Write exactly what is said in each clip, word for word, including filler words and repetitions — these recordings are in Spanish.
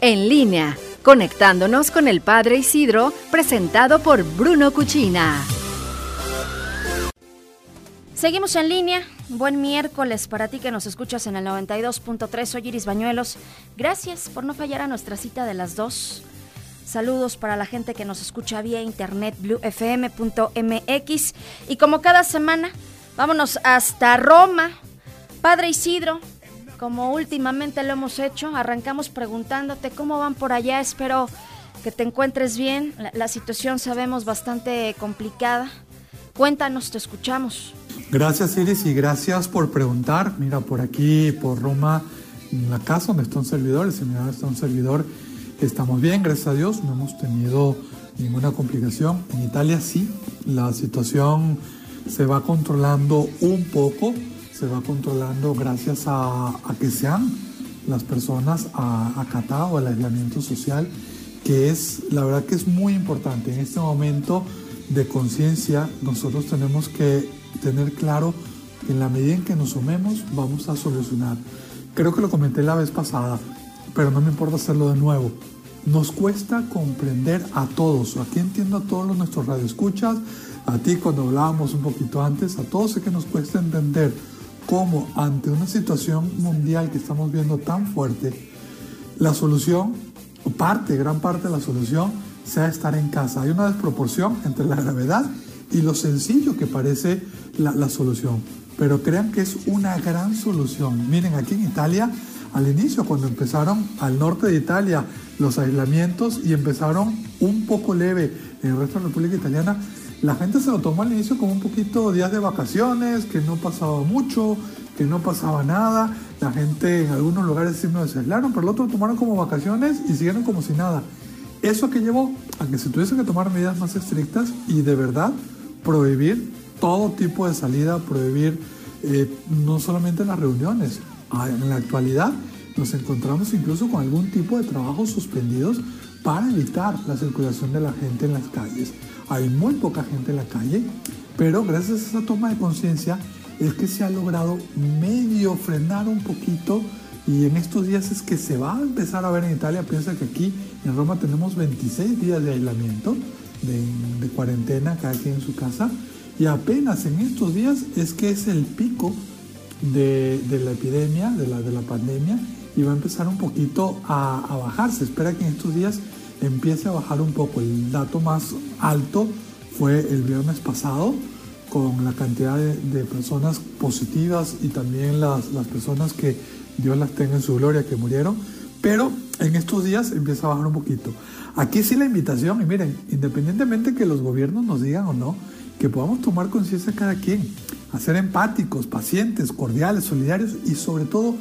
En línea, conectándonos con el Padre Isidro, presentado por Bruno Cucina. Seguimos en línea. Buen miércoles para ti que nos escuchas en el noventa y dos punto tres. Soy Iris Bañuelos. Gracias por no fallar a nuestra cita de las dos. Saludos para la gente que nos escucha vía internet, blue f m punto m x. Y como cada semana, vámonos hasta Roma. Padre Isidro, como últimamente lo hemos hecho, arrancamos preguntándote cómo van por allá. Espero que te encuentres bien. La, la situación sabemos bastante complicada. Cuéntanos, te escuchamos. Gracias, Iris, y gracias por preguntar. Mira, por aquí, por Roma, en la casa donde está un servidor, el seminario está un servidor, estamos bien, gracias a Dios, no hemos tenido ninguna complicación. En Italia sí, la situación se va controlando un poco, se va controlando gracias a, a que se han las personas a, acatado el aislamiento social, que es, la verdad que es muy importante. En este momento de conciencia, nosotros tenemos que tener claro que en la medida en que nos sumemos, vamos a solucionar. Creo que lo comenté la vez pasada, pero no me importa hacerlo de nuevo. Nos cuesta comprender a todos. Aquí entiendo a todos los nuestros radioescuchas, a ti cuando hablábamos un poquito antes, a todos sé que nos cuesta entender cómo ante una situación mundial que estamos viendo tan fuerte, la solución, o parte, gran parte de la solución, sea estar en casa. Hay una desproporción entre la gravedad y lo sencillo que parece la, la solución. Pero crean que es una gran solución. Miren, aquí en Italia, al inicio, cuando empezaron al norte de Italia los aislamientos y empezaron un poco leve en el resto de la República Italiana, la gente se lo tomó al inicio como un poquito días de vacaciones, que no pasaba mucho, que no pasaba nada. La gente en algunos lugares sí me desaislaron, pero el otro lo tomaron como vacaciones y siguieron como si nada. Eso que llevó a que se tuviesen que tomar medidas más estrictas y de verdad prohibir todo tipo de salida, prohibir eh, no solamente las reuniones. En la actualidad nos encontramos incluso con algún tipo de trabajos suspendidos para evitar la circulación de la gente en las calles. Hay muy poca gente en la calle, pero gracias a esa toma de conciencia es que se ha logrado medio frenar un poquito, y en estos días es que se va a empezar a ver en Italia. Piensa que aquí en Roma tenemos veintiséis días de aislamiento, de, de cuarentena, cada quien en su casa, y apenas en estos días es que es el pico de, de la epidemia, de la, de la pandemia, y va a empezar un poquito a, a bajar. Se espera que en estos días empiece a bajar un poco. El dato más alto fue el viernes pasado, con la cantidad de, de personas positivas y también las, las personas que Dios las tenga en su gloria, que murieron. Pero en estos días empieza a bajar un poquito. Aquí sí la invitación, y miren, independientemente que los gobiernos nos digan o no, que podamos tomar conciencia cada quien, a ser empáticos, pacientes, cordiales, solidarios y sobre todo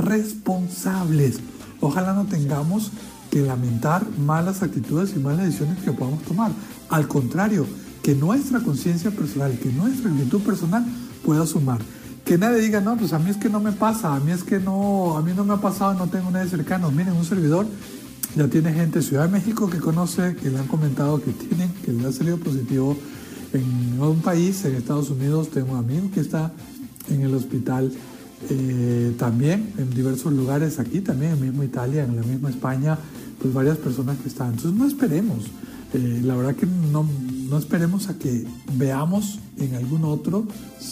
responsables. Ojalá no tengamos que lamentar malas actitudes y malas decisiones que podamos tomar. Al contrario, que nuestra conciencia personal, que nuestra actitud personal pueda sumar. Que nadie diga, no, pues a mí es que no me pasa, a mí es que no, a mí no me ha pasado, no tengo nadie cercano. Miren, un servidor ya tiene gente de Ciudad de México que conoce, que le han comentado que tienen, que le ha salido positivo en un país, en Estados Unidos. Tengo un amigo que está en el hospital, eh, también en diversos lugares, aquí también, en mismo Italia, en la misma España, pues varias personas que están. Entonces no esperemos, eh, la verdad que no, no esperemos a que veamos en algún otro,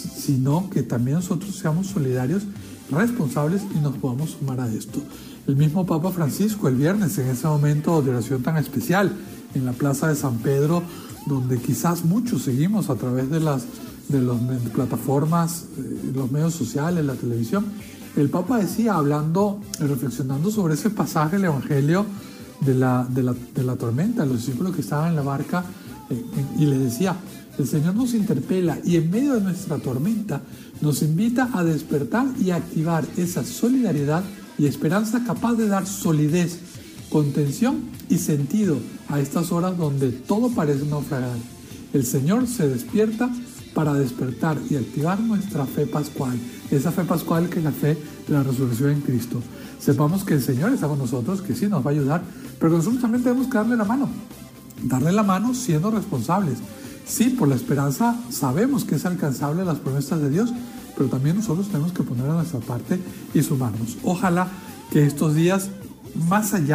sino que también nosotros seamos solidarios, responsables y nos podamos sumar a esto. El mismo Papa Francisco el viernes, en ese momento de oración tan especial en la Plaza de San Pedro, donde quizás muchos seguimos a través de las de las plataformas, eh, los medios sociales, la televisión, el Papa decía, hablando, reflexionando sobre ese pasaje del Evangelio de la, de la, de la tormenta, los discípulos que estaban en la barca, eh, y les decía, el Señor nos interpela y en medio de nuestra tormenta nos invita a despertar y a activar esa solidaridad y esperanza capaz de dar solidez, contención y sentido a estas horas donde todo parece naufragar. El Señor se despierta para despertar y activar nuestra fe pascual, esa fe pascual que es la fe de la resurrección en Cristo. Sepamos que el Señor está con nosotros, que sí nos va a ayudar, pero nosotros también tenemos que darle la mano, darle la mano siendo responsables. Sí, por la esperanza sabemos que es alcanzable las promesas de Dios, pero también nosotros tenemos que poner a nuestra parte y sumarnos. Ojalá que estos días, más allá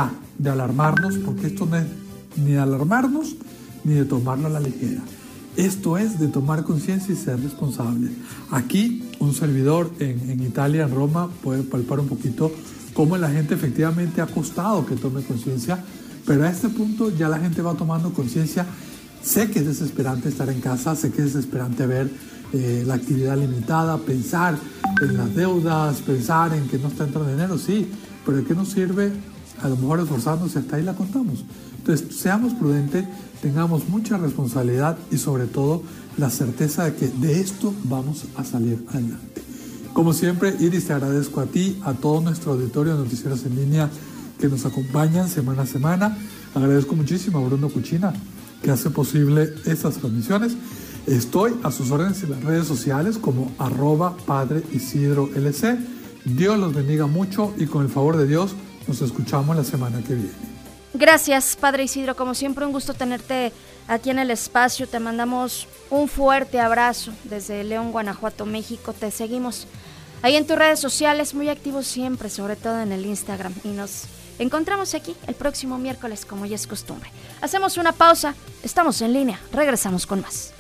de alarmarnos, porque esto no es ni de alarmarnos ni de tomarlo a la ligera. Esto es de tomar conciencia y ser responsable. Aquí un servidor en, en Italia, en Roma, puede palpar un poquito cómo la gente efectivamente ha costado que tome conciencia, pero a este punto ya la gente va tomando conciencia. Sé que es desesperante estar en casa, sé que es desesperante ver eh, la actividad limitada, pensar en las deudas, pensar en que no está entrando dinero, sí, pero ¿de qué nos sirve a lo mejor esforzarnos y hasta ahí la contamos? Entonces, seamos prudentes, tengamos mucha responsabilidad y sobre todo la certeza de que de esto vamos a salir adelante. Como siempre, Iris, te agradezco a ti, a todo nuestro auditorio de Noticieros en Línea que nos acompañan semana a semana. Agradezco muchísimo a Bruno Cucina, que hace posible estas transmisiones. Estoy a sus órdenes en las redes sociales como arroba Padre Isidro L C. Dios los bendiga mucho y con el favor de Dios nos escuchamos la semana que viene. Gracias, Padre Isidro. Como siempre, un gusto tenerte aquí en el espacio. Te mandamos un fuerte abrazo desde León, Guanajuato, México. Te seguimos ahí en tus redes sociales, muy activos siempre, sobre todo en el Instagram. Y nos encontramos aquí el próximo miércoles, como ya es costumbre. Hacemos una pausa, estamos en línea, regresamos con más.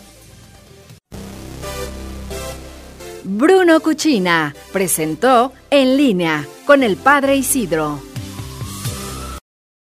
Bruno Cucina presentó En Línea con el Padre Isidro.